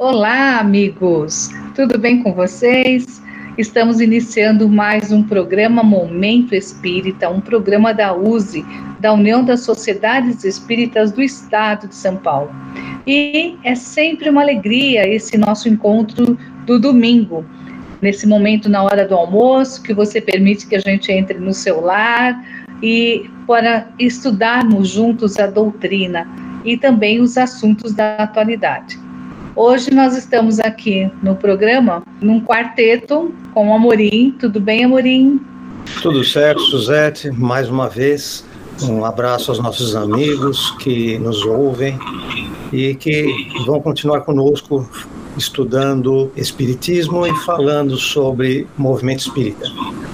Olá, amigos! Tudo bem com vocês? Estamos iniciando mais um programa Momento Espírita, um programa da USE, da União das Sociedades Espíritas do Estado de São Paulo. E é sempre uma alegria esse nosso encontro do domingo, nesse momento na hora do almoço, que você permite que a gente entre no seu lar e para estudarmos juntos a doutrina e também os assuntos da atualidade. Hoje nós estamos aqui no programa, num quarteto com o Amorim. Tudo bem, Amorim? Tudo certo, Suzete. Mais uma vez, um abraço aos nossos amigos que nos ouvem e que vão continuar conosco estudando Espiritismo e falando sobre movimento espírita.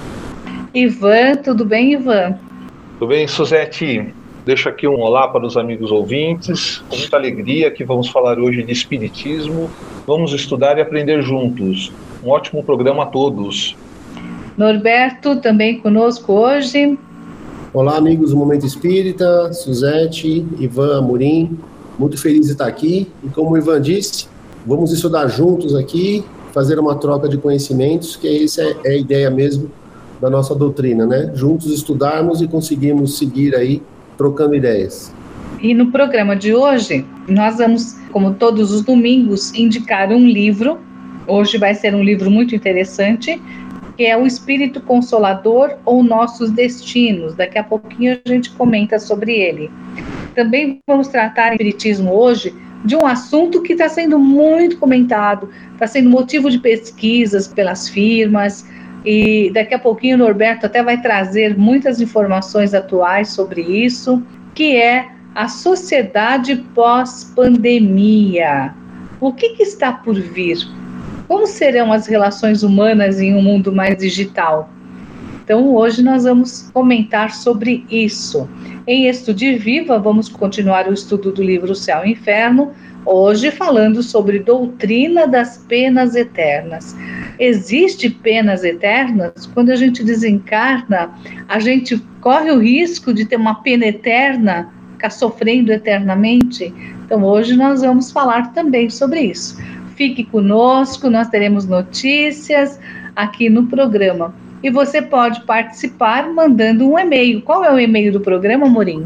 Ivan, tudo bem, Ivan? Tudo bem, Suzete? Deixo aqui um olá para os amigos ouvintes, com muita alegria que vamos falar hoje de Espiritismo, vamos estudar e aprender juntos. Um ótimo programa a todos. Norberto, também conosco hoje. Olá, amigos do Momento Espírita, Suzete, Ivan, Amorim, muito feliz de estar aqui. E como o Ivan disse, vamos estudar juntos aqui, fazer uma troca de conhecimentos, que essa é a ideia mesmo da nossa doutrina, né? Juntos estudarmos e conseguirmos seguir aí trocando ideias. E no programa de hoje, nós vamos, como todos os domingos, indicar um livro. Hoje vai ser um livro muito interessante, que é O Espírito Consolador ou Nossos Destinos. Daqui a pouquinho a gente comenta sobre ele. Também vamos tratar em Espiritismo hoje de um assunto que está sendo muito comentado, está sendo motivo de pesquisas pelas firmas, e daqui a pouquinho o Norberto até vai trazer muitas informações atuais sobre isso, que é a sociedade pós-pandemia. O que está por vir? Como serão as relações humanas em um mundo mais digital? Então, hoje nós vamos comentar sobre isso. Em Estude Viva, vamos continuar o estudo do livro Céu e Inferno, hoje falando sobre doutrina das penas eternas. Existe penas eternas? Quando a gente desencarna, a gente corre o risco de ter uma pena eterna, ficar sofrendo eternamente? Então, hoje nós vamos falar também sobre isso. Fique conosco, nós teremos notícias aqui no programa. E você pode participar mandando um e-mail. Qual é o e-mail do programa, Amorim?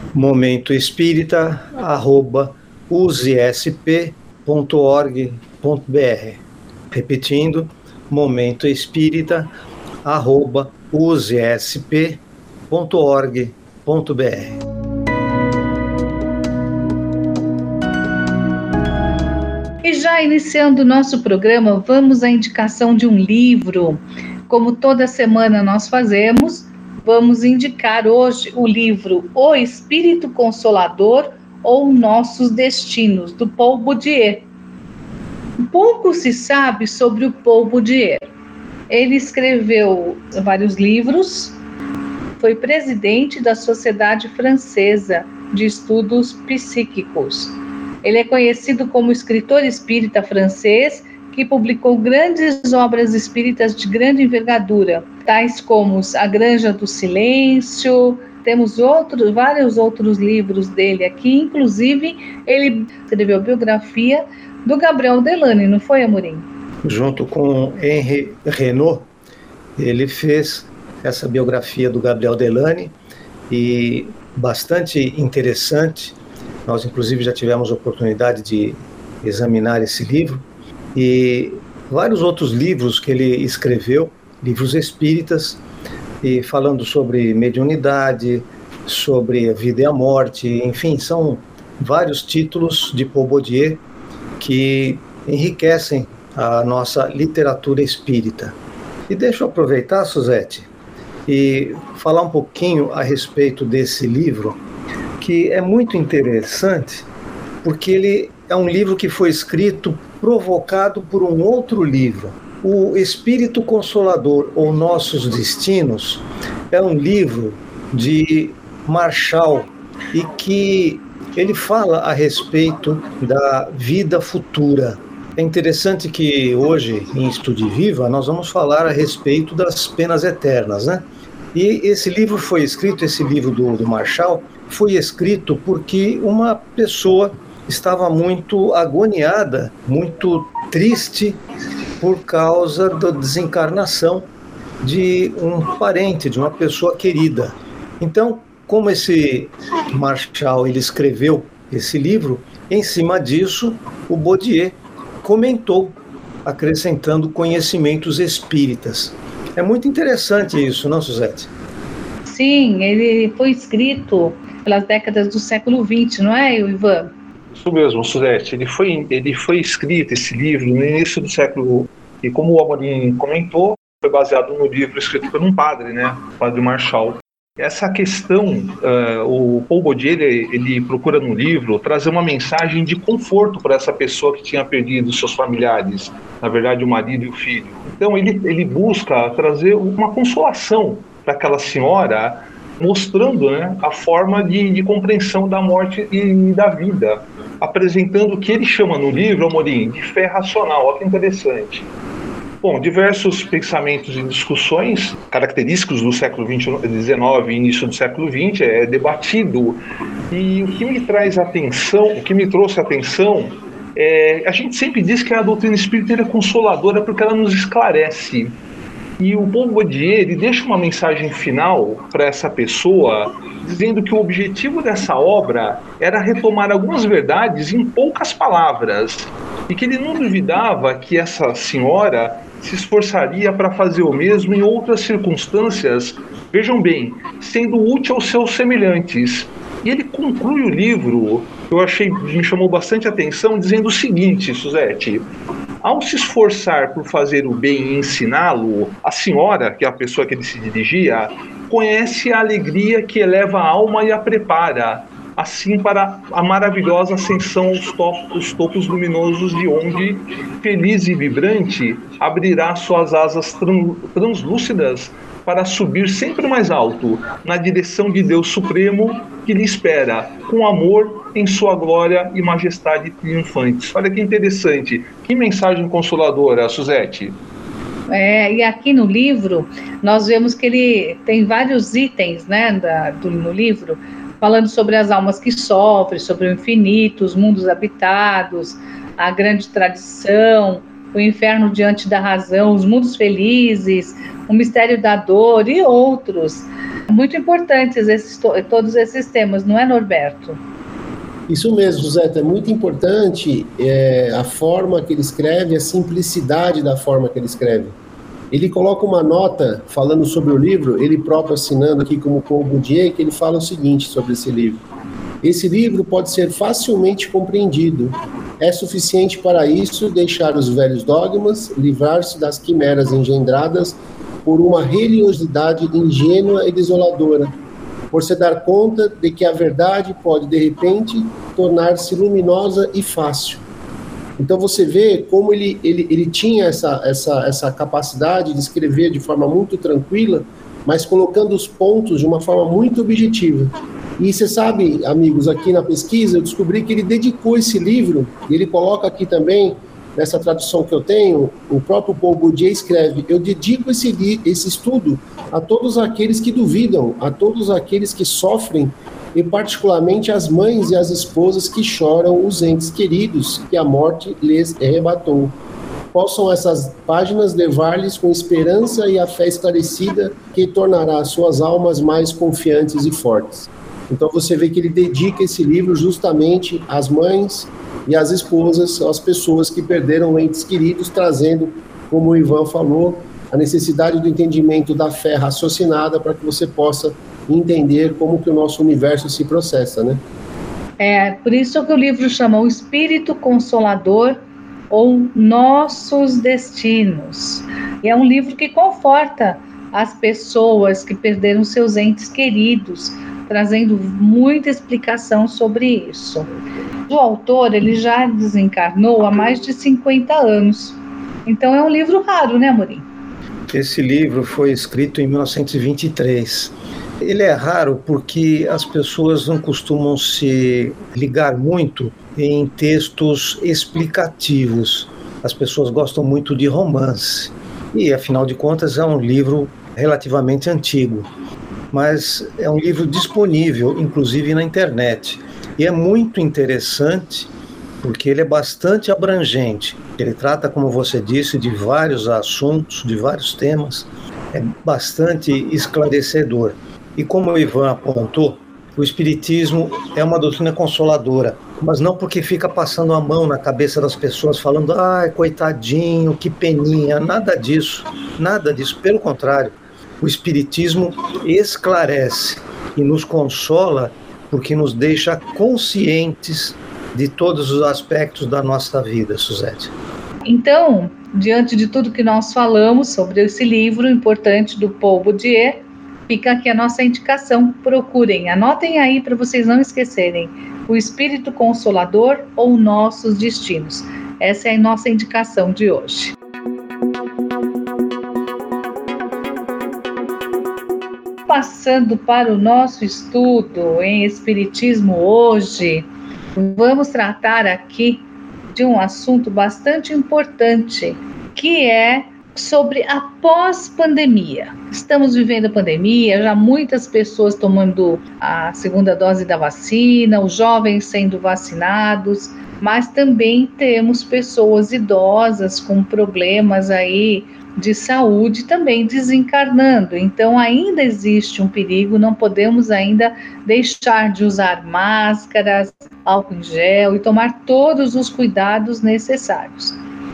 momentoespírita@usesp.org.br. Repetindo, momentoespírita@usesp.org.br. E já iniciando o nosso programa, vamos à indicação de um livro. Como toda semana nós fazemos, vamos indicar hoje o livro O Espírito Consolador ou Nossos Destinos, do Paul Bourdieu. Pouco se sabe sobre o Paul Bourdieu. Ele escreveu vários livros, foi presidente da Sociedade Francesa de Estudos Psíquicos. Ele é conhecido como escritor espírita francês que publicou grandes obras espíritas de grande envergadura, tais como A Granja do Silêncio. Temos vários outros livros dele aqui, inclusive ele escreveu a biografia do Gabriel Delany, não foi, Amorim? Junto com Henri Renaud, ele fez essa biografia do Gabriel Delany, e bastante interessante. Nós, inclusive, já tivemos a oportunidade de examinar esse livro, e vários outros livros que ele escreveu, livros espíritas, e falando sobre mediunidade, sobre a vida e a morte, enfim, são vários títulos de Paul Bourdieu que enriquecem a nossa literatura espírita. E deixa eu aproveitar, Suzete, e falar um pouquinho a respeito desse livro, que é muito interessante, porque ele é um livro que foi escrito provocado por um outro livro. O Espírito Consolador ou Nossos Destinos é um livro de Marshall, e que ele fala a respeito da vida futura. É interessante que hoje, em Estude Viva, nós vamos falar a respeito das penas eternas, né? E esse livro foi escrito, esse livro do Marshall, foi escrito porque uma pessoa estava muito agoniada, muito triste por causa da desencarnação de um parente, de uma pessoa querida. Então, como esse Marshall ele escreveu esse livro, em cima disso, o Baudier comentou, acrescentando conhecimentos espíritas. É muito interessante isso, não, Suzete? Sim, ele foi escrito pelas décadas do século XX, não é, Ivan? Isso mesmo, Suzete. Ele foi escrito, esse livro, no início do século, e como o Amorim comentou, foi baseado no livro escrito por um padre, né? O padre Marshall. Essa questão, o Paul Baudier, ele procura no livro trazer uma mensagem de conforto para essa pessoa que tinha perdido seus familiares, na verdade o marido e o filho. Então ele busca trazer uma consolação para aquela senhora, mostrando, né, a forma de compreensão da morte e da vida, apresentando o que ele chama no livro, Amorim, de fé racional. Olha que interessante. Bom, diversos pensamentos e discussões característicos do século XIX e início do século XX é debatido. E o que me traz atenção, o que me trouxe atenção, a gente sempre diz que a doutrina espírita é consoladora porque ela nos esclarece. E o Paul Baudier, ele deixa uma mensagem final para essa pessoa, dizendo que o objetivo dessa obra era retomar algumas verdades em poucas palavras, e que ele não duvidava que essa senhora se esforçaria para fazer o mesmo em outras circunstâncias, vejam bem, sendo útil aos seus semelhantes. E ele conclui o livro, me chamou bastante atenção, dizendo o seguinte, Suzete: ao se esforçar por fazer o bem e ensiná-lo, a senhora, que é a pessoa que ele se dirigia, conhece a alegria que eleva a alma e a prepara, assim para a maravilhosa ascensão aos topos luminosos, de onde, feliz e vibrante, abrirá suas asas translúcidas para subir sempre mais alto, na direção de Deus Supremo, que lhe espera, com amor, em sua glória e majestade triunfantes. Olha que interessante, que mensagem consoladora, Suzete. E aqui no livro, nós vemos que ele tem vários itens, né, no livro, falando sobre as almas que sofrem, sobre o infinito, os mundos habitados, a grande tradição, o inferno diante da razão, os mundos felizes, o mistério da dor e outros. Muito importantes todos esses temas, não é, Norberto? Isso mesmo, José, é muito importante a forma que ele escreve, a simplicidade da forma que ele escreve. Ele coloca uma nota falando sobre o livro, ele próprio assinando aqui como Paul Baudier, que ele fala o seguinte sobre esse livro: esse livro pode ser facilmente compreendido. É suficiente para isso deixar os velhos dogmas, livrar-se das quimeras engendradas por uma religiosidade ingênua e desoladora, por se dar conta de que a verdade pode, de repente, tornar-se luminosa e fácil. Então você vê como ele tinha essa capacidade de escrever de forma muito tranquila, mas colocando os pontos de uma forma muito objetiva. E você sabe, amigos, aqui na pesquisa eu descobri que ele dedicou esse livro, e ele coloca aqui também, nessa tradução que eu tenho, o próprio Paul Baudier escreve: eu dedico esse estudo a todos aqueles que duvidam, a todos aqueles que sofrem, e particularmente às mães e às esposas que choram os entes queridos que a morte lhes arrebatou. Possam essas páginas levar-lhes com esperança e a fé esclarecida que tornará suas almas mais confiantes e fortes. Então você vê que ele dedica esse livro justamente às mães e às esposas, às pessoas que perderam entes queridos, trazendo, como o Ivan falou, a necessidade do entendimento da fé raciocinada para que você possa entender como que o nosso universo se processa, né? Por isso que o livro chama O Espírito Consolador ou Nossos Destinos. E é um livro que conforta as pessoas que perderam seus entes queridos, trazendo muita explicação sobre isso. O autor, ele já desencarnou há mais de 50 anos. Então é um livro raro, né, Amorim? Esse livro foi escrito em 1923. Ele é raro porque as pessoas não costumam se ligar muito em textos explicativos. As pessoas gostam muito de romance. E, afinal de contas, é um livro relativamente antigo. Mas é um livro disponível, inclusive na internet. E é muito interessante porque ele é bastante abrangente. Ele trata, como você disse, de vários assuntos, de vários temas. É bastante esclarecedor. E como o Ivan apontou, o Espiritismo é uma doutrina consoladora, mas não porque fica passando a mão na cabeça das pessoas, falando, ai, coitadinho, que peninha, nada disso, pelo contrário. O Espiritismo esclarece e nos consola porque nos deixa conscientes de todos os aspectos da nossa vida, Suzete. Então, diante de tudo que nós falamos sobre esse livro importante do Paul Bourdieu, fica aqui a nossa indicação. Procurem, anotem aí para vocês não esquecerem. O Espírito Consolador ou Nossos Destinos. Essa é a nossa indicação de hoje. Passando para o nosso estudo em Espiritismo hoje, vamos tratar aqui de um assunto bastante importante, que é sobre a pós-pandemia. Estamos vivendo a pandemia, já muitas pessoas tomando a segunda dose da vacina, os jovens sendo vacinados, mas também temos pessoas idosas com problemas aí de saúde também desencarnando. Então ainda existe um perigo, não podemos ainda deixar de usar máscaras, álcool em gel e tomar todos os cuidados necessários.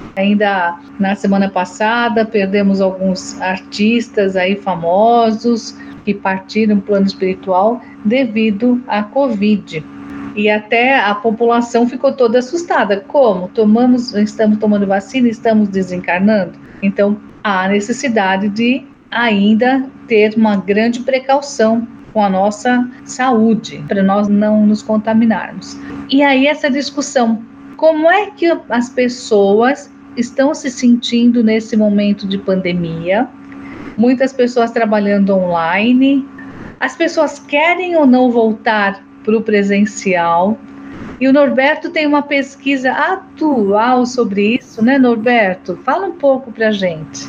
Ainda na semana passada perdemos alguns artistas aí famosos que partiram do plano espiritual devido à Covid. E até a população ficou toda assustada. Como? Estamos tomando vacina, estamos desencarnando? Então, há necessidade de ainda ter uma grande precaução com a nossa saúde, para nós não nos contaminarmos. E aí essa discussão, como é que as pessoas estão se sentindo nesse momento de pandemia? Muitas pessoas trabalhando online, as pessoas querem ou não voltar para o presencial? E o Norberto tem uma pesquisa atual sobre isso, né, Norberto? Fala um pouco para a gente.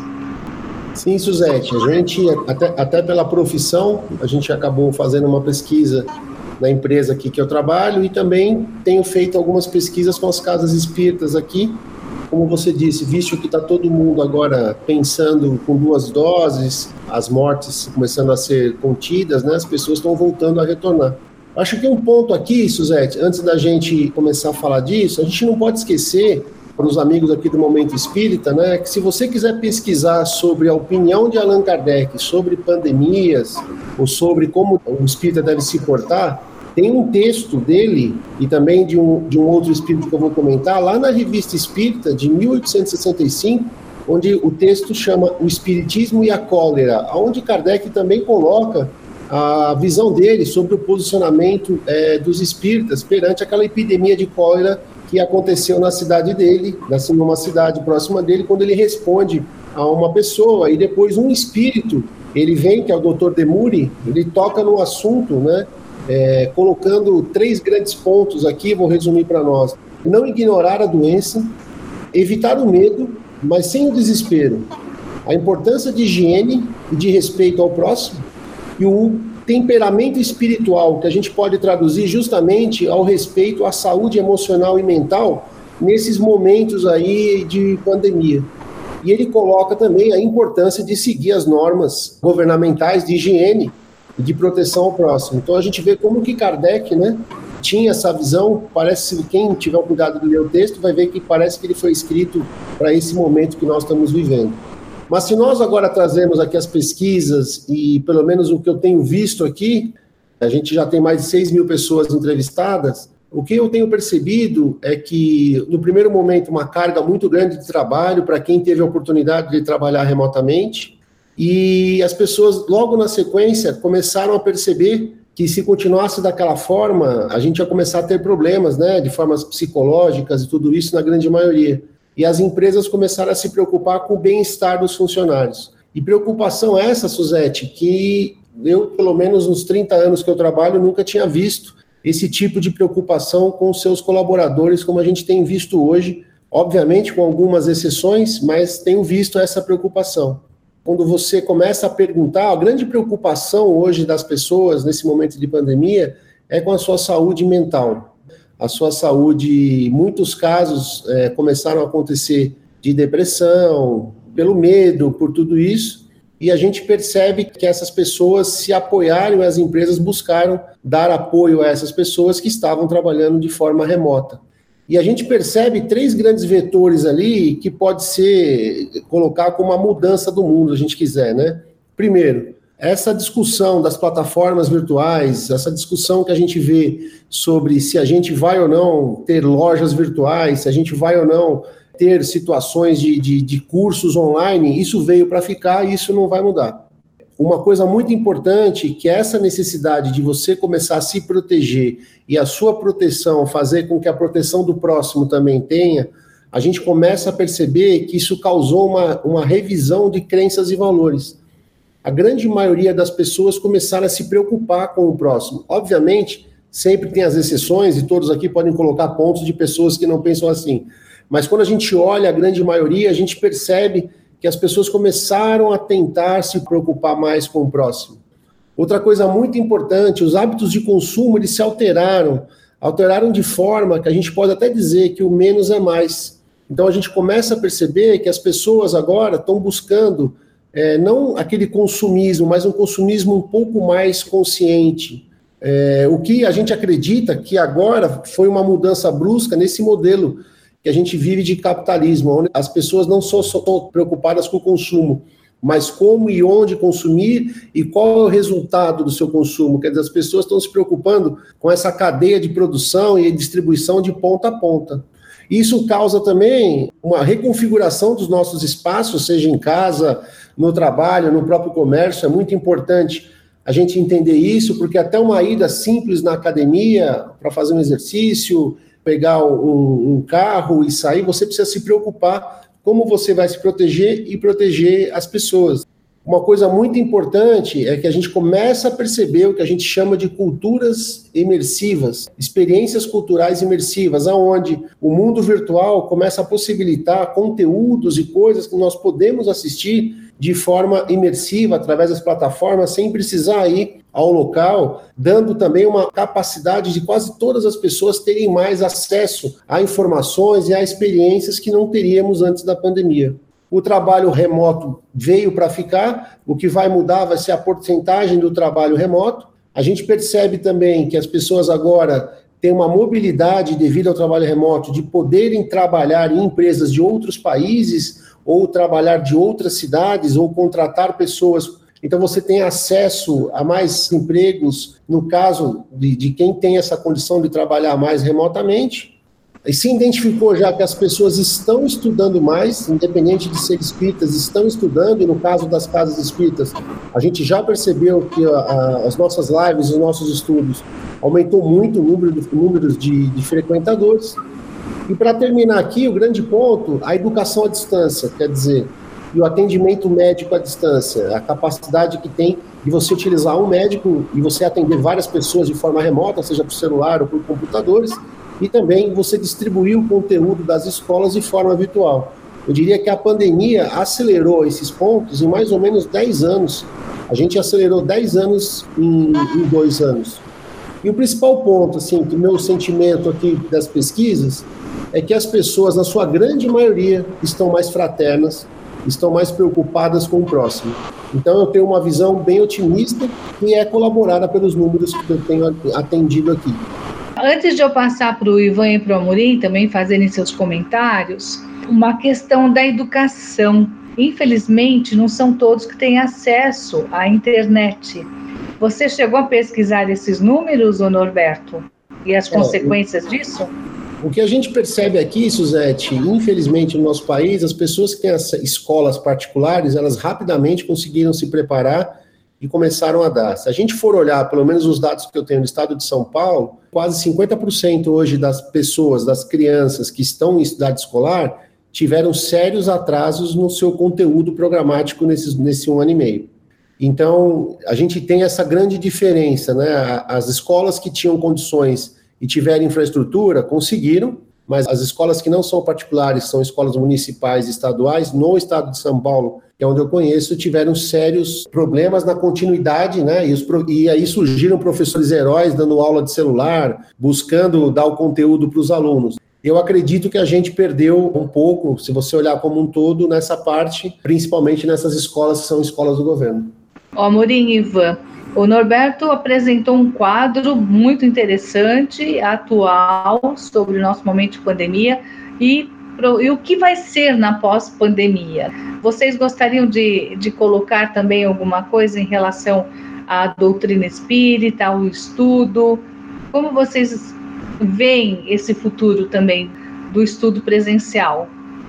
Sim, Suzete, a gente, até pela profissão, a gente acabou fazendo uma pesquisa na empresa aqui que eu trabalho e também tenho feito algumas pesquisas com as casas espíritas aqui. Como você disse, visto que está todo mundo agora pensando com 2 doses, as mortes começando a ser contidas, né, as pessoas estão voltando a retornar. Acho que um ponto aqui, Suzete, antes da gente começar a falar disso, a gente não pode esquecer, para os amigos aqui do Momento Espírita, né, que se você quiser pesquisar sobre a opinião de Allan Kardec sobre pandemias, ou sobre como o espírita deve se portar, tem um texto dele, e também de um outro espírito que eu vou comentar, lá na Revista Espírita, de 1865, onde o texto chama O Espiritismo e a Cólera, onde Kardec também coloca a visão dele sobre o posicionamento dos espíritas perante aquela epidemia de cólera que aconteceu na cidade dele, numa cidade próxima dele, quando ele responde a uma pessoa, e depois um espírito, ele vem, que é o Dr. Demuri, ele toca no assunto, né, colocando 3 grandes pontos aqui, vou resumir para nós. Não ignorar a doença, evitar o medo, mas sem o desespero. A importância de higiene e de respeito ao próximo, e o temperamento espiritual, que a gente pode traduzir justamente ao respeito à saúde emocional e mental nesses momentos aí de pandemia. E ele coloca também a importância de seguir as normas governamentais de higiene e de proteção ao próximo. Então a gente vê como que Kardec, né, tinha essa visão. Parece que quem tiver o cuidado de ler o texto vai ver que parece que ele foi escrito para esse momento que nós estamos vivendo. Mas se nós agora trazemos aqui as pesquisas, e pelo menos o que eu tenho visto aqui, a gente já tem mais de 6 mil pessoas entrevistadas, o que eu tenho percebido é que, no primeiro momento, uma carga muito grande de trabalho para quem teve a oportunidade de trabalhar remotamente, e as pessoas, logo na sequência, começaram a perceber que se continuasse daquela forma, a gente ia começar a ter problemas, né, de formas psicológicas e tudo isso na grande maioria. E as empresas começaram a se preocupar com o bem-estar dos funcionários. E preocupação essa, Suzete, que eu, pelo menos nos 30 anos que eu trabalho, nunca tinha visto esse tipo de preocupação com os seus colaboradores, como a gente tem visto hoje, obviamente com algumas exceções, mas tenho visto essa preocupação. Quando você começa a perguntar, a grande preocupação hoje das pessoas nesse momento de pandemia é com a sua saúde mental. A sua saúde, em muitos casos, começaram a acontecer de depressão, pelo medo, por tudo isso, e a gente percebe que essas pessoas se apoiaram e as empresas buscaram dar apoio a essas pessoas que estavam trabalhando de forma remota. E a gente percebe 3 grandes vetores ali que pode ser colocar como uma mudança do mundo, se a gente quiser, né? Primeiro, essa discussão das plataformas virtuais, essa discussão que a gente vê sobre se a gente vai ou não ter lojas virtuais, se a gente vai ou não ter situações de cursos online, isso veio para ficar e isso não vai mudar. Uma coisa muito importante, que é essa necessidade de você começar a se proteger e a sua proteção fazer com que a proteção do próximo também tenha, a gente começa a perceber que isso causou uma revisão de crenças e valores. A grande maioria das pessoas começaram a se preocupar com o próximo. Obviamente, sempre tem as exceções, e todos aqui podem colocar pontos de pessoas que não pensam assim. Mas quando a gente olha a grande maioria, a gente percebe que as pessoas começaram a tentar se preocupar mais com o próximo. Outra coisa muito importante, os hábitos de consumo, eles se alteraram de forma que a gente pode até dizer que o menos é mais. Então a gente começa a perceber que as pessoas agora estão buscando não aquele consumismo, mas um consumismo um pouco mais consciente. O que a gente acredita que agora foi uma mudança brusca nesse modelo que a gente vive de capitalismo, onde as pessoas não só estão preocupadas com o consumo, mas como e onde consumir e qual é o resultado do seu consumo. Quer dizer, as pessoas estão se preocupando com essa cadeia de produção e distribuição de ponta a ponta. Isso causa também uma reconfiguração dos nossos espaços, seja em casa, no trabalho, no próprio comércio. É muito importante a gente entender isso, porque até uma ida simples na academia para fazer um exercício, pegar um carro e sair, você precisa se preocupar como você vai se proteger e proteger as pessoas. Uma coisa muito importante é que a gente começa a perceber o que a gente chama de culturas imersivas, experiências culturais imersivas, onde o mundo virtual começa a possibilitar conteúdos e coisas que nós podemos assistir de forma imersiva, através das plataformas, sem precisar ir ao local, dando também uma capacidade de quase todas as pessoas terem mais acesso a informações e a experiências que não teríamos antes da pandemia. O trabalho remoto veio para ficar, o que vai mudar vai ser a porcentagem do trabalho remoto. A gente percebe também que as pessoas agora têm uma mobilidade devido ao trabalho remoto de poderem trabalhar em empresas de outros países ou trabalhar de outras cidades ou contratar pessoas. Então você tem acesso a mais empregos no caso de quem tem essa condição de trabalhar mais remotamente. E se identificou já que as pessoas estão estudando mais, independente de ser espíritas, estão estudando, e no caso das casas espíritas, a gente já percebeu que as nossas lives, os nossos estudos, aumentou muito o número de frequentadores. E para terminar aqui, o grande ponto, a educação à distância, quer dizer, e o atendimento médico à distância, a capacidade que tem de você utilizar um médico e você atender várias pessoas de forma remota, seja por celular ou por computadores, e também você distribuir o conteúdo das escolas de forma virtual. Eu diria que a pandemia acelerou esses pontos em mais ou menos 10 anos. A gente acelerou 10 anos em 2 anos. E o principal ponto, assim, que o meu sentimento aqui das pesquisas é que as pessoas, na sua grande maioria, estão mais fraternas, estão mais preocupadas com o próximo. Então eu tenho uma visão bem otimista e é colaborada pelos números que eu tenho atendido aqui. Antes de eu passar para o Ivan e para o Amorim também fazerem seus comentários, uma questão da educação. Infelizmente, não são todos que têm acesso à internet. Você chegou a pesquisar esses números, ô Norberto? E as consequências disso? O que a gente percebe aqui, Suzete, infelizmente no nosso país, as pessoas que têm as escolas particulares, elas rapidamente conseguiram se preparar e começaram a dar. Se a gente for olhar, pelo menos os dados que eu tenho no estado de São Paulo, quase 50% hoje das pessoas, das crianças que estão em idade escolar, tiveram sérios atrasos no seu conteúdo programático nesse 1 ano e meio. Então, a gente tem essa grande diferença, né? As escolas que tinham condições e tiveram infraestrutura, conseguiram, mas as escolas que não são particulares, são escolas municipais e estaduais, no estado de São Paulo, que é onde eu conheço, tiveram sérios problemas na continuidade, né? E aí surgiram professores heróis dando aula de celular, buscando dar o conteúdo para os alunos. Eu acredito que a gente perdeu um pouco, se você olhar como um todo, nessa parte, principalmente nessas escolas que são escolas do governo. Amorim e Ivan, o Norberto apresentou um quadro muito interessante, atual, sobre o nosso momento de pandemia e o que vai ser na pós-pandemia. Vocês gostariam de colocar também alguma coisa em relação à doutrina espírita, ao estudo? Como vocês veem esse futuro também do estudo presencial?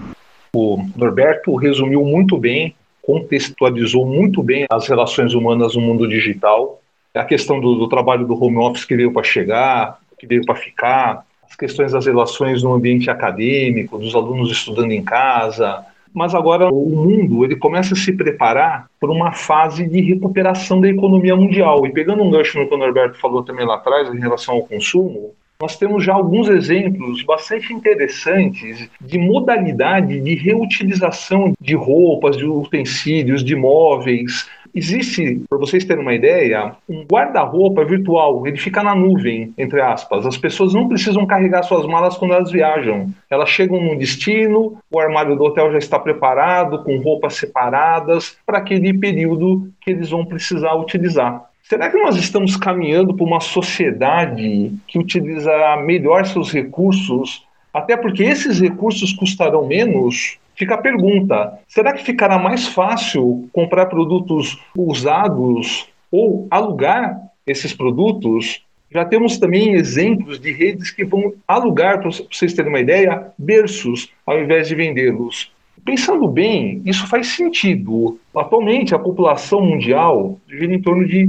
O Norberto resumiu muito bem, contextualizou muito bem as relações humanas no mundo digital, a questão do trabalho do home office que veio para chegar, que veio para ficar, as questões das relações no ambiente acadêmico, dos alunos estudando em casa. Mas agora o mundo ele começa a se preparar por uma fase de recuperação da economia mundial. E pegando um gancho no que o Norberto falou também lá atrás, em relação ao consumo, nós temos já alguns exemplos bastante interessantes de modalidade de reutilização de roupas, de utensílios, de móveis. Existe, para vocês terem uma ideia, um guarda-roupa virtual, ele fica na nuvem, entre aspas. As pessoas não precisam carregar suas malas quando elas viajam. Elas chegam num destino, o armário do hotel já está preparado, com roupas separadas, para aquele período que eles vão precisar utilizar. Será que nós estamos caminhando para uma sociedade que utiliza melhor seus recursos, até porque esses recursos custarão menos? Fica a pergunta, será que ficará mais fácil comprar produtos usados ou alugar esses produtos? Já temos também exemplos de redes que vão alugar, para vocês terem uma ideia, berços, ao invés de vendê-los. Pensando bem, isso faz sentido. Atualmente, a população mundial gira em torno de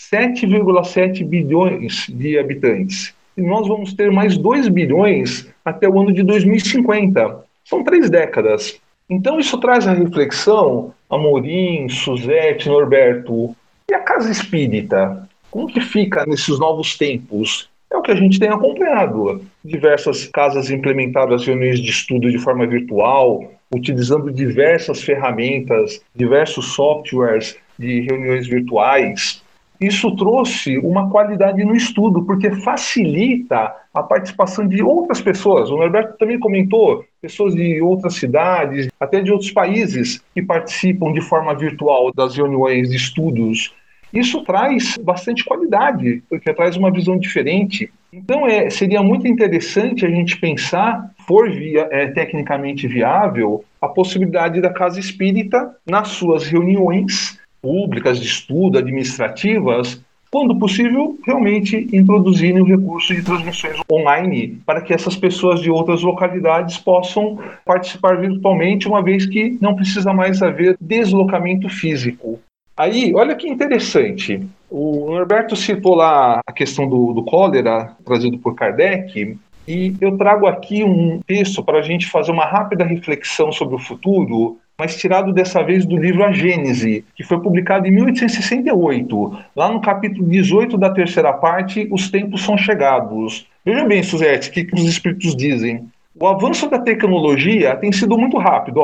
7,7 bilhões de habitantes. E nós vamos ter mais 2 bilhões até o ano de 2050. São 3 décadas. Então isso traz a reflexão, Amorim, Suzete, Norberto, e a casa espírita? Como que fica nesses novos tempos? É o que a gente tem acompanhado. Diversas casas implementadas reuniões de estudo de forma virtual, utilizando diversas ferramentas, diversos softwares de reuniões virtuais. Isso trouxe uma qualidade no estudo, porque facilita a participação de outras pessoas. O Norberto também comentou, pessoas de outras cidades, até de outros países, que participam de forma virtual das reuniões de estudos. Isso traz bastante qualidade, porque traz uma visão diferente. Então, seria muito interessante a gente pensar, for tecnicamente viável, a possibilidade da casa espírita, nas suas reuniões públicas de estudo, administrativas, quando possível, realmente introduzirem o recurso de transmissões online para que essas pessoas de outras localidades possam participar virtualmente, uma vez que não precisa mais haver deslocamento físico. Aí, olha que interessante, o Norberto citou lá a questão do cólera, trazido por Kardec, e eu trago aqui um texto para a gente fazer uma rápida reflexão sobre o futuro, mas tirado dessa vez do livro A Gênese, que foi publicado em 1868. Lá no capítulo 18 da terceira parte, Os Tempos São Chegados. Veja bem, Suzete, o que os espíritos dizem. O avanço da tecnologia tem sido muito rápido.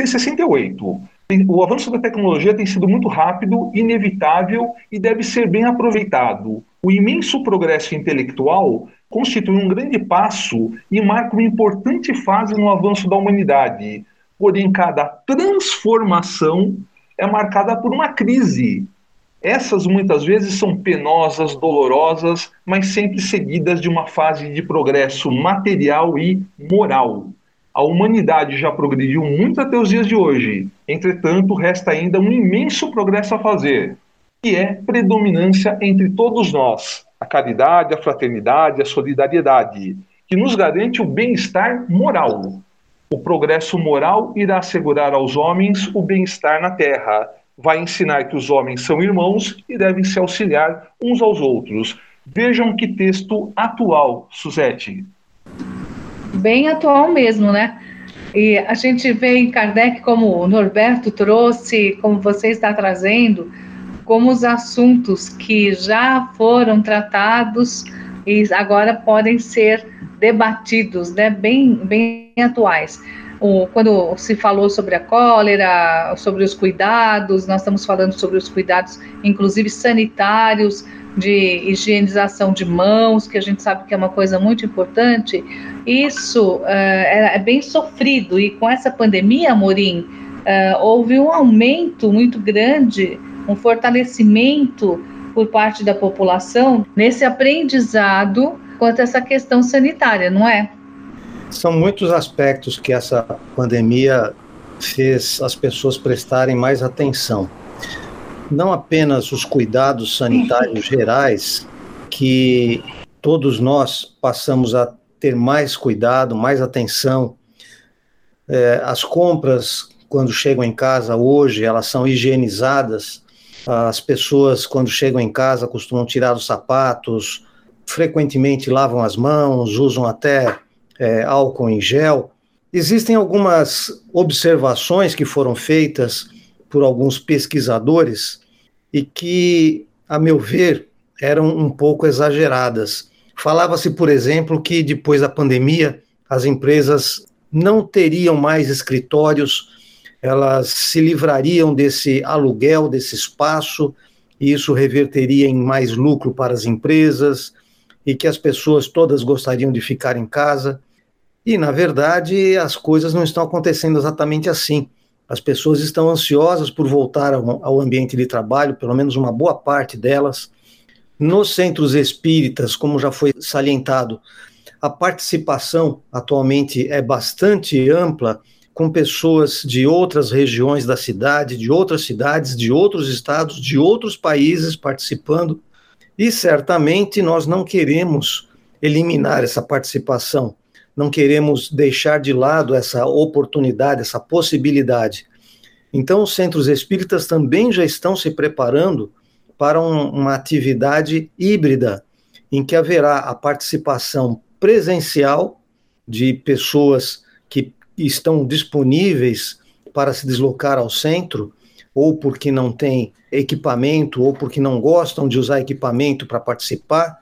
1868. O avanço da tecnologia tem sido muito rápido, inevitável e deve ser bem aproveitado. O imenso progresso intelectual constitui um grande passo e marca uma importante fase no avanço da humanidade. Porém, cada transformação é marcada por uma crise. Essas muitas vezes são penosas, dolorosas, mas sempre seguidas de uma fase de progresso material e moral. A humanidade já progrediu muito até os dias de hoje. Entretanto, resta ainda um imenso progresso a fazer, que é predominância entre todos nós, a caridade, a fraternidade, a solidariedade, que nos garante o bem-estar moral. O progresso moral irá assegurar aos homens o bem-estar na terra. Vai ensinar que os homens são irmãos e devem se auxiliar uns aos outros. Vejam que texto atual, Suzete. Bem atual mesmo, né? E a gente vê em Kardec, como o Norberto trouxe, como você está trazendo, como os assuntos que já foram tratados e agora podem ser debatidos, né, bem atuais. Quando se falou sobre a cólera, sobre os cuidados, nós estamos falando sobre os cuidados, inclusive sanitários, de higienização de mãos, que a gente sabe que é uma coisa muito importante. Isso é bem sofrido, e com essa pandemia, Amorim, houve um aumento muito grande, um fortalecimento por parte da população nesse aprendizado quanto a essa questão sanitária, não é? São muitos aspectos que essa pandemia fez as pessoas prestarem mais atenção. Não apenas os cuidados sanitários gerais, que todos nós passamos a ter mais cuidado, mais atenção. As compras, quando chegam em casa hoje, elas são higienizadas. As pessoas, quando chegam em casa, costumam tirar os sapatos, frequentemente lavam as mãos, usam até álcool em gel. Existem algumas observações que foram feitas por alguns pesquisadores e que, a meu ver, eram um pouco exageradas. Falava-se, por exemplo, que depois da pandemia as empresas não teriam mais escritórios, elas se livrariam desse aluguel, desse espaço, e isso reverteria em mais lucro para as empresas, e que as pessoas todas gostariam de ficar em casa. E, na verdade, as coisas não estão acontecendo exatamente assim. As pessoas estão ansiosas por voltar ao ambiente de trabalho, pelo menos uma boa parte delas. Nos centros espíritas, como já foi salientado, a participação atualmente é bastante ampla, com pessoas de outras regiões da cidade, de outras cidades, de outros estados, de outros países participando. E certamente nós não queremos eliminar essa participação, não queremos deixar de lado essa oportunidade, essa possibilidade. Então, os centros espíritas também já estão se preparando para uma atividade híbrida, em que haverá a participação presencial de pessoas que estão disponíveis para se deslocar ao centro, ou porque não tem equipamento, ou porque não gostam de usar equipamento para participar,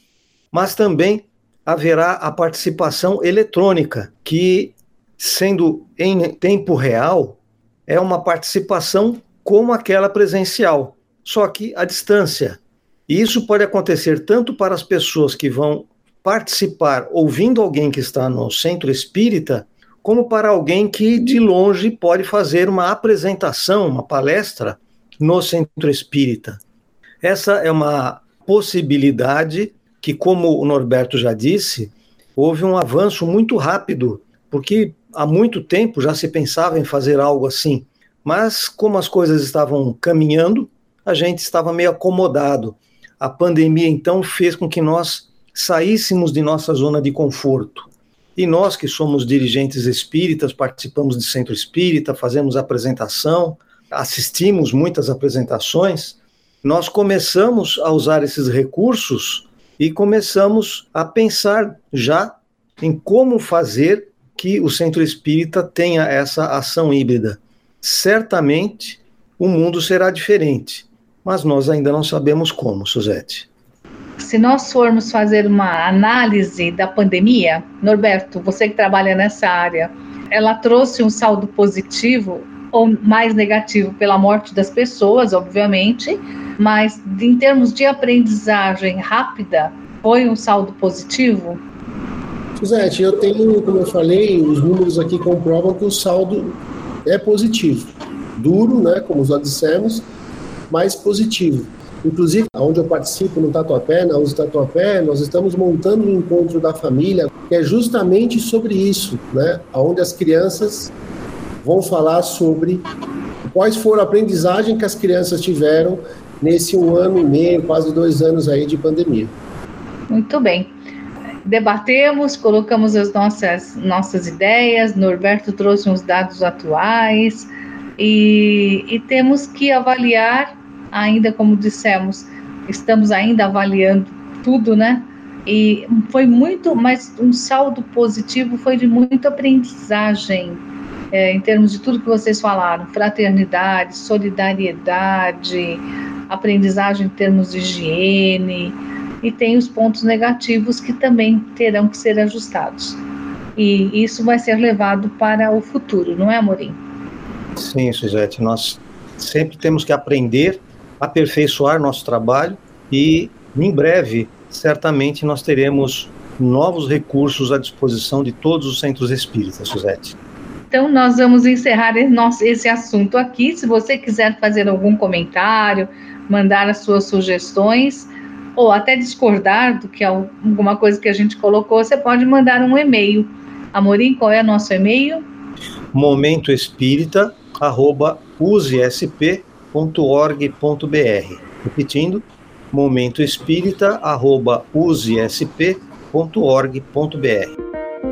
mas também haverá a participação eletrônica, que, sendo em tempo real, é uma participação como aquela presencial, só que à distância. E isso pode acontecer tanto para as pessoas que vão participar ouvindo alguém que está no centro espírita, como para alguém que de longe pode fazer uma apresentação, uma palestra no centro espírita. Essa é uma possibilidade que, como o Norberto já disse, houve um avanço muito rápido, porque há muito tempo já se pensava em fazer algo assim, mas como as coisas estavam caminhando, a gente estava meio acomodado. A pandemia, então, fez com que nós saíssemos de nossa zona de conforto. E nós, que somos dirigentes espíritas, participamos de centro espírita, fazemos apresentação, assistimos muitas apresentações, nós começamos a usar esses recursos e começamos a pensar já em como fazer que o centro espírita tenha essa ação híbrida. Certamente o mundo será diferente, mas nós ainda não sabemos como, Suzete. Se nós formos fazer uma análise da pandemia, Norberto, você que trabalha nessa área, ela trouxe um saldo positivo ou mais negativo pela morte das pessoas, obviamente, mas em termos de aprendizagem rápida, foi um saldo positivo? Suzete, eu tenho, como eu falei, os números aqui comprovam que o saldo é positivo. Duro, né, como já dissemos, mas positivo. Inclusive, onde eu participo no Tatuapé, na Uso Tatuapé, nós estamos montando um encontro da família, que é justamente sobre isso, né? Onde as crianças vão falar sobre quais foram a aprendizagem que as crianças tiveram nesse 1 ano e meio, quase 2 anos aí de pandemia. Muito bem. Debatemos, colocamos as nossas ideias, Norberto trouxe uns dados atuais e temos que avaliar, ainda como dissemos, estamos ainda avaliando tudo, né? E foi muito, mas um saldo positivo foi de muita aprendizagem, em termos de tudo que vocês falaram, fraternidade, solidariedade, aprendizagem em termos de higiene, e tem os pontos negativos que também terão que ser ajustados. E isso vai ser levado para o futuro, não é, Amorim? Sim, Suzete, nós sempre temos que aprender, aperfeiçoar nosso trabalho e, em breve, certamente nós teremos novos recursos à disposição de todos os centros espíritas, Suzete. Então, nós vamos encerrar esse assunto aqui. Se você quiser fazer algum comentário, mandar as suas sugestões, ou até discordar do que alguma coisa que a gente colocou, você pode mandar um e-mail. Amorim, qual é o nosso e-mail? momentoespírita@usesp.org.br. Repetindo, momentoespírita@usesp.org.br.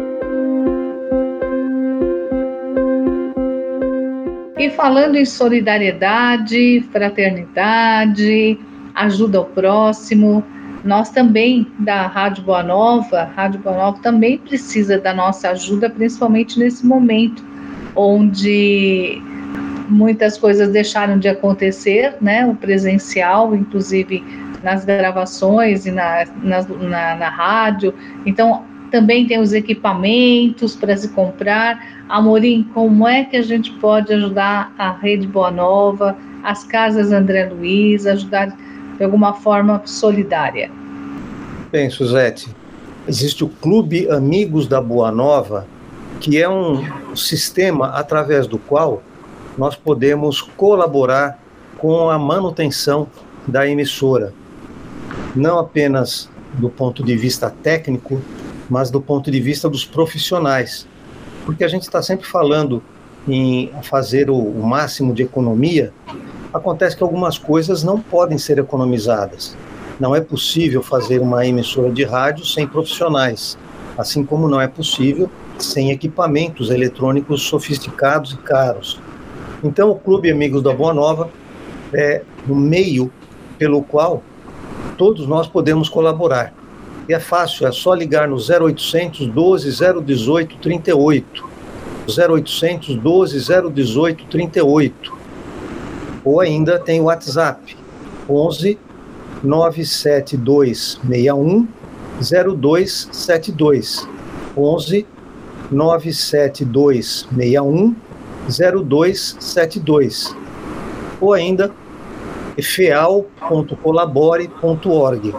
E falando em solidariedade, fraternidade, ajuda ao próximo, nós também, da Rádio Boa Nova, também precisa da nossa ajuda, principalmente nesse momento, onde muitas coisas deixaram de acontecer, né? O presencial, inclusive nas gravações e na rádio. Então, também tem os equipamentos para se comprar. Amorim, como é que a gente pode ajudar a Rede Boa Nova, as Casas André Luiz, ajudar de alguma forma solidária? Bem, Suzete, existe o Clube Amigos da Boa Nova, que é um sistema através do qual nós podemos colaborar com a manutenção da emissora, não apenas do ponto de vista técnico, mas do ponto de vista dos profissionais, porque a gente está sempre falando em fazer o máximo de economia. Acontece que algumas coisas não podem ser economizadas. Não é possível fazer uma emissora de rádio sem profissionais, assim como não é possível sem equipamentos eletrônicos sofisticados e caros. Então, o Clube Amigos da Boa Nova é um meio pelo qual todos nós podemos colaborar. E é fácil, é só ligar no 0800 12 018 38, 0800 12 018 38, ou ainda tem o WhatsApp, 11 972 61 0272, 11 972 61 0272, ou ainda efeal.colabore.org,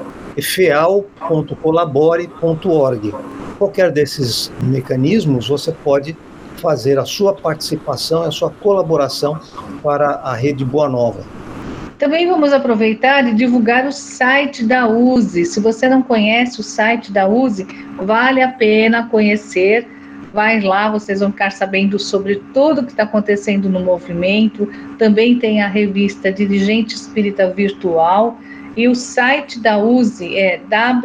efeal.colabore.org. Qualquer desses mecanismos você pode fazer a sua participação, a sua colaboração para a Rede Boa Nova. Também vamos aproveitar e divulgar o site da USE. Se você não conhece o site da USE, vale a pena conhecer. Vai lá, vocês vão ficar sabendo sobre tudo que está acontecendo no movimento. Também tem a revista Dirigente Espírita Virtual. E o site da USE é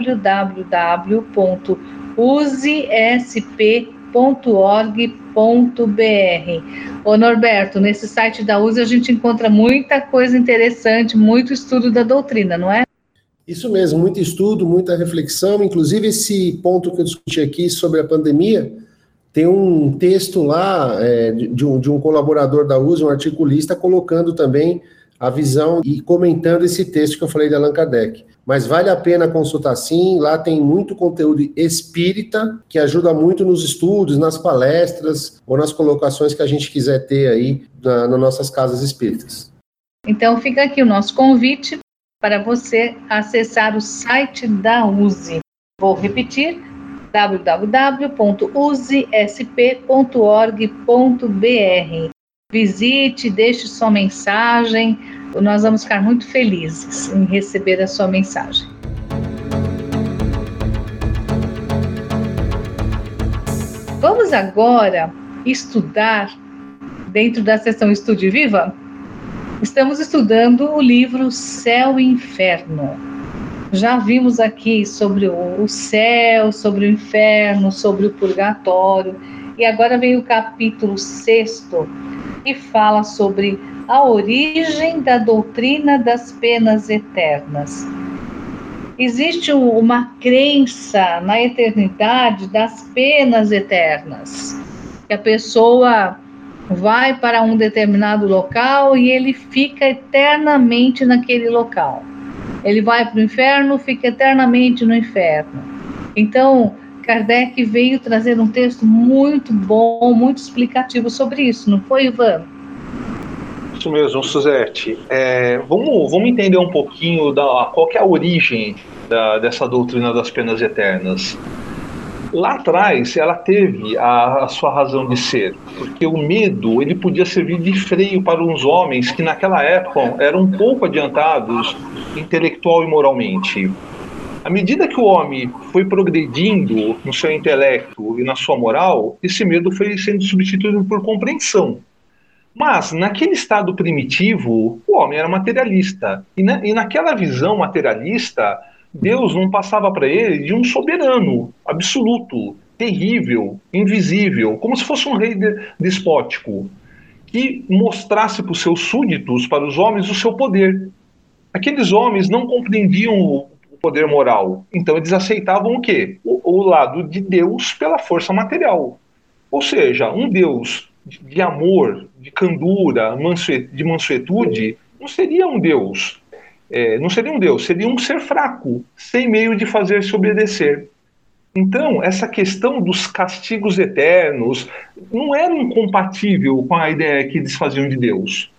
www.usesp.org.br. Ô Norberto, nesse site da USE a gente encontra muita coisa interessante, muito estudo da doutrina, não é? Isso mesmo, muito estudo, muita reflexão. Inclusive esse ponto que eu discuti aqui sobre a pandemia, tem um texto lá de um colaborador da USE, um articulista, colocando também a visão e comentando esse texto que eu falei de Allan Kardec. Mas vale a pena consultar sim, lá tem muito conteúdo espírita, que ajuda muito nos estudos, nas palestras, ou nas colocações que a gente quiser ter aí nas nossas casas espíritas. Então fica aqui o nosso convite para você acessar o site da USE. Vou repetir, www.usesp.org.br. Visite, deixe sua mensagem, nós vamos ficar muito felizes em receber a sua mensagem. Vamos agora estudar, dentro da sessão Estude Viva, estamos estudando o livro Céu e Inferno. Já vimos aqui sobre o céu, sobre o inferno, sobre o purgatório, e agora vem o capítulo 6º, que fala sobre a origem da doutrina das penas eternas. Existe uma crença na eternidade das penas eternas, que a pessoa vai para um determinado local e ele fica eternamente naquele local. Ele vai para o inferno, fica eternamente no inferno. Então, Kardec veio trazer um texto muito bom, muito explicativo sobre isso, não foi, Ivan? Isso mesmo, Suzete. Vamos entender um pouquinho qual que é a origem dessa doutrina das penas eternas. Lá atrás, ela teve a sua razão de ser, porque o medo ele podia servir de freio para uns homens que naquela época eram um pouco adiantados intelectual e moralmente. À medida que o homem foi progredindo no seu intelecto e na sua moral, esse medo foi sendo substituído por compreensão. Mas, naquele estado primitivo, o homem era materialista. E naquela visão materialista, Deus não passava para ele de um soberano absoluto, terrível, invisível, como se fosse um rei despótico, que mostrasse para os seus súditos, para os homens, o seu poder. Aqueles homens não compreendiam o poder moral, então eles aceitavam o quê? O lado de Deus pela força material. Ou seja, um Deus de amor, de candura, de mansuetude, não seria um Deus. Não seria um Deus, seria um ser fraco, sem meio de fazer-se obedecer. Então, essa questão dos castigos eternos não era incompatível com a ideia que eles faziam de Deus.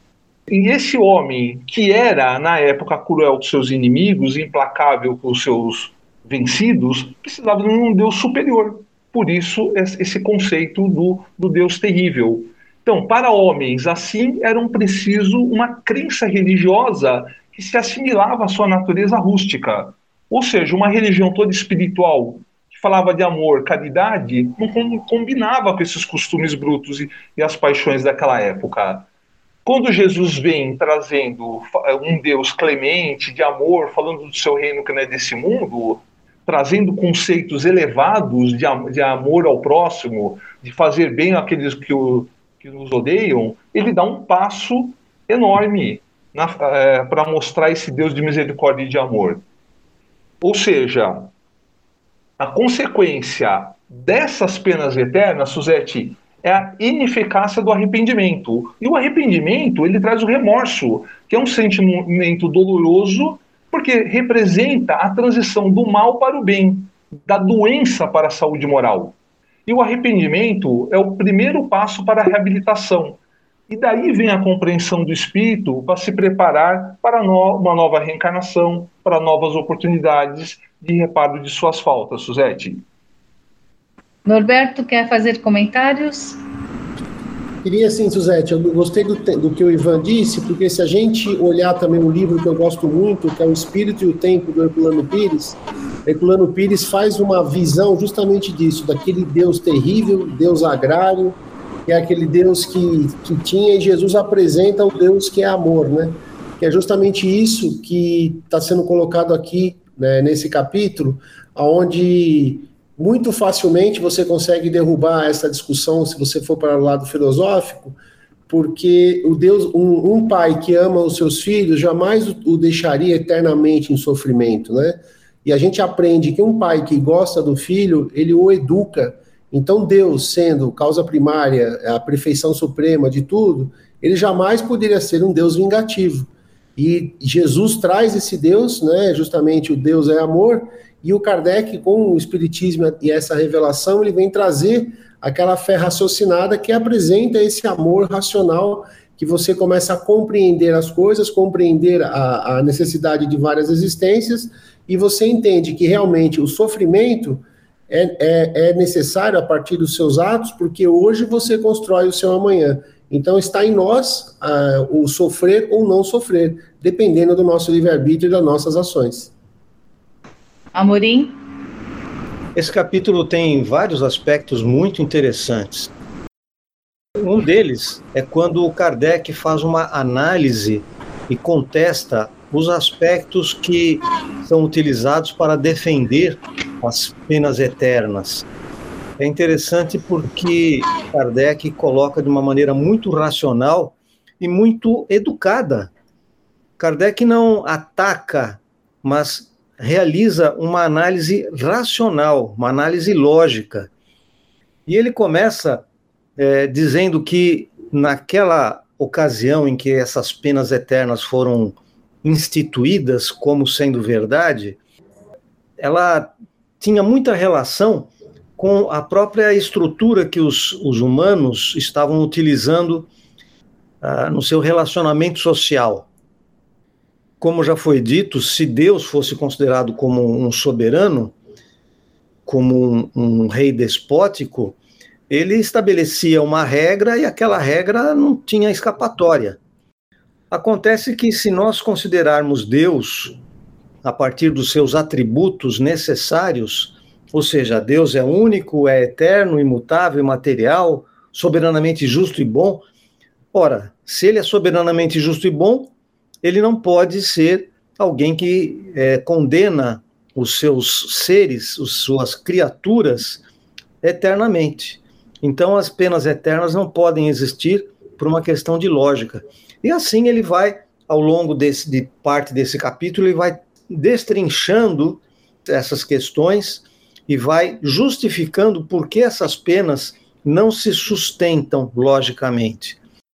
E esse homem, que era, na época, cruel com seus inimigos, implacável com os seus vencidos, precisava de um Deus superior. Por isso, esse conceito do Deus terrível. Então, para homens assim, era preciso uma crença religiosa que se assimilava à sua natureza rústica. Ou seja, uma religião toda espiritual, que falava de amor, caridade, não combinava com esses costumes brutos e as paixões daquela época. Quando Jesus vem trazendo um Deus clemente, de amor, falando do seu reino que não é desse mundo, trazendo conceitos elevados de amor ao próximo, de fazer bem àqueles que nos odeiam, ele dá um passo enorme para mostrar esse Deus de misericórdia e de amor. Ou seja, a consequência dessas penas eternas, Suzete, é a ineficácia do arrependimento. E o arrependimento, ele traz o remorso, que é um sentimento doloroso, porque representa a transição do mal para o bem, da doença para a saúde moral. E o arrependimento é o primeiro passo para a reabilitação. E daí vem a compreensão do espírito para se preparar para uma nova reencarnação, para novas oportunidades de reparo de suas faltas, Suzete. Norberto, quer fazer comentários? Queria sim, Suzete, eu gostei do que o Ivan disse, porque se a gente olhar também um livro que eu gosto muito, que é O Espírito e o Tempo, do Herculano Pires faz uma visão justamente disso, daquele Deus terrível, Deus agrário, que é aquele Deus que tinha, e Jesus apresenta o Deus que é amor, né? Que é justamente isso que está sendo colocado aqui, né, nesse capítulo, onde muito facilmente você consegue derrubar essa discussão se você for para o lado filosófico, porque o Deus, um pai que ama os seus filhos jamais o deixaria eternamente em sofrimento, né? E a gente aprende que um pai que gosta do filho, ele o educa. Então Deus, sendo causa primária, a perfeição suprema de tudo, ele jamais poderia ser um Deus vingativo. E Jesus traz esse Deus, né? Justamente o Deus é amor. E o Kardec, com o Espiritismo e essa revelação, ele vem trazer aquela fé raciocinada que apresenta esse amor racional, que você começa a compreender as coisas, compreender a necessidade de várias existências, e você entende que realmente o sofrimento é necessário a partir dos seus atos, porque hoje você constrói o seu amanhã. Então está em nós o sofrer ou não sofrer, dependendo do nosso livre-arbítrio e das nossas ações. Amorim? Esse capítulo tem vários aspectos muito interessantes. Um deles é quando o Kardec faz uma análise e contesta os aspectos que são utilizados para defender as penas eternas. É interessante porque Kardec coloca de uma maneira muito racional e muito educada. Kardec não ataca, mas realiza uma análise racional, uma análise lógica. E ele começa dizendo que naquela ocasião em que essas penas eternas foram instituídas como sendo verdade, ela tinha muita relação com a própria estrutura que os humanos estavam utilizando no seu relacionamento social. Como já foi dito, se Deus fosse considerado como um soberano, como um rei despótico, ele estabelecia uma regra e aquela regra não tinha escapatória. Acontece que, se nós considerarmos Deus a partir dos seus atributos necessários, ou seja, Deus é único, é eterno, imutável, imaterial, soberanamente justo e bom. Ora, se ele é soberanamente justo e bom, ele não pode ser alguém que condena os seus seres, as suas criaturas, eternamente. Então, as penas eternas não podem existir por uma questão de lógica. E assim ele vai, ao longo de parte desse capítulo, ele vai destrinchando essas questões e vai justificando por que essas penas não se sustentam logicamente.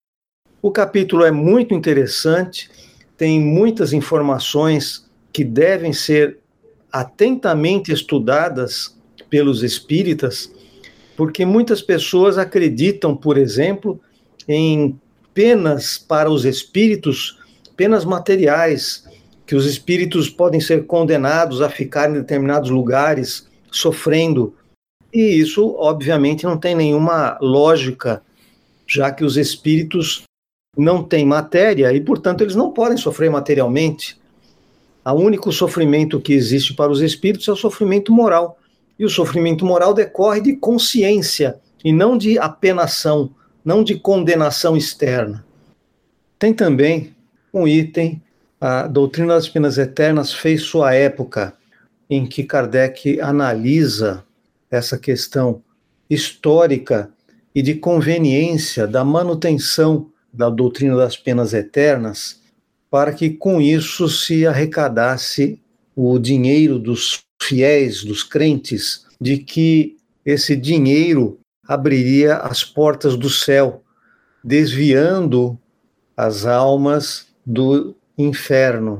O capítulo é muito interessante, tem muitas informações que devem ser atentamente estudadas pelos espíritas, porque muitas pessoas acreditam, por exemplo, em penas para os espíritos, penas materiais, que os espíritos podem ser condenados a ficar em determinados lugares sofrendo. E isso, obviamente, não tem nenhuma lógica, já que os espíritos não têm matéria e, portanto, eles não podem sofrer materialmente. O único sofrimento que existe para os espíritos é o sofrimento moral. E o sofrimento moral decorre de consciência e não de apenação, não de condenação externa. Tem também um item, a doutrina das penas eternas fez sua época, em que Kardec analisa essa questão histórica e de conveniência da manutenção da doutrina das penas eternas, para que com isso se arrecadasse o dinheiro dos fiéis, dos crentes, de que esse dinheiro abriria as portas do céu, desviando as almas do inferno.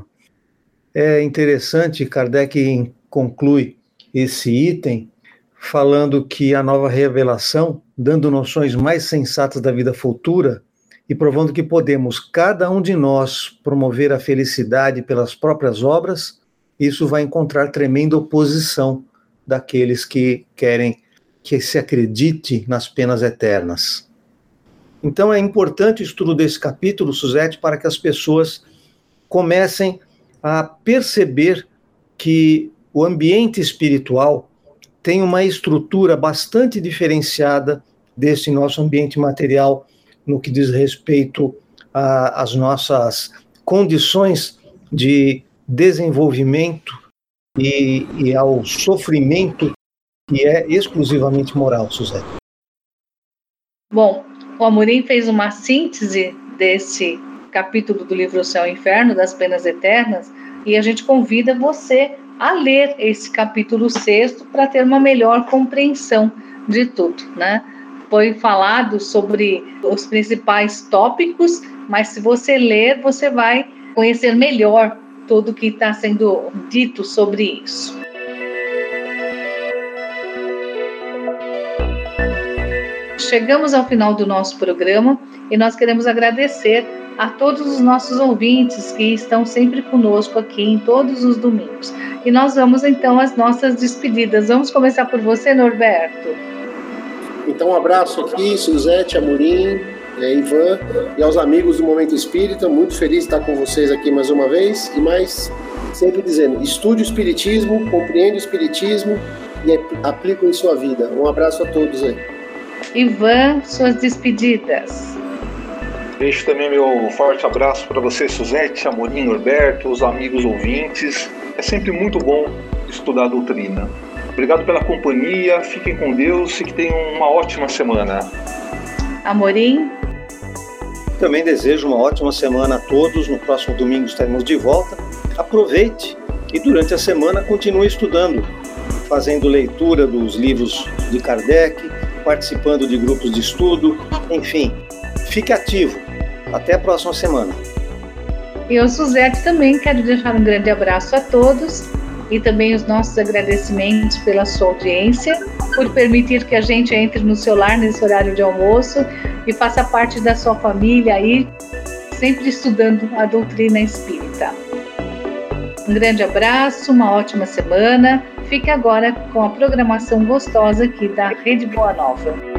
É interessante, Kardec conclui esse item falando que a nova revelação, dando noções mais sensatas da vida futura e provando que podemos, cada um de nós, promover a felicidade pelas próprias obras, isso vai encontrar tremenda oposição daqueles que querem que se acredite nas penas eternas. Então é importante o estudo desse capítulo, Suzete, para que as pessoas comecem a perceber que o ambiente espiritual tem uma estrutura bastante diferenciada desse nosso ambiente material no que diz respeito às nossas condições de desenvolvimento e ao sofrimento que é exclusivamente moral, Suzete. Bom, o Amorim fez uma síntese desse capítulo do livro O Céu e o Inferno, das Penas Eternas, e a gente convida você a ler esse capítulo 6 para ter uma melhor compreensão de tudo, né? Foi falado sobre os principais tópicos, mas se você ler, você vai conhecer melhor tudo que está sendo dito sobre isso. Chegamos ao final do nosso programa e nós queremos agradecer a todos os nossos ouvintes que estão sempre conosco aqui em todos os domingos. E nós vamos então às nossas despedidas. Vamos começar por você, Norberto. Então, um abraço aqui, Suzete, Amorim, Ivan e aos amigos do Momento Espírita. Muito feliz de estar com vocês aqui mais uma vez. E mais, sempre dizendo, estude o Espiritismo, compreenda o Espiritismo e aplique em sua vida. Um abraço a todos aí. Ivan, suas despedidas. Deixo também meu forte abraço para você, Suzete, Amorim, Norberto, os amigos ouvintes. É sempre muito bom estudar a doutrina. Obrigado pela companhia, fiquem com Deus e que tenham uma ótima semana. Amorim? Também desejo uma ótima semana a todos. No próximo domingo estaremos de volta. Aproveite e durante a semana continue estudando, fazendo leitura dos livros de Kardec, participando de grupos de estudo, enfim, fique ativo. Até a próxima semana. Eu, Suzete, também quero deixar um grande abraço a todos e também os nossos agradecimentos pela sua audiência, por permitir que a gente entre no seu lar nesse horário de almoço e faça parte da sua família aí, sempre estudando a doutrina espírita. Um grande abraço, uma ótima semana. Fique agora com a programação gostosa aqui da Rede Boa Nova.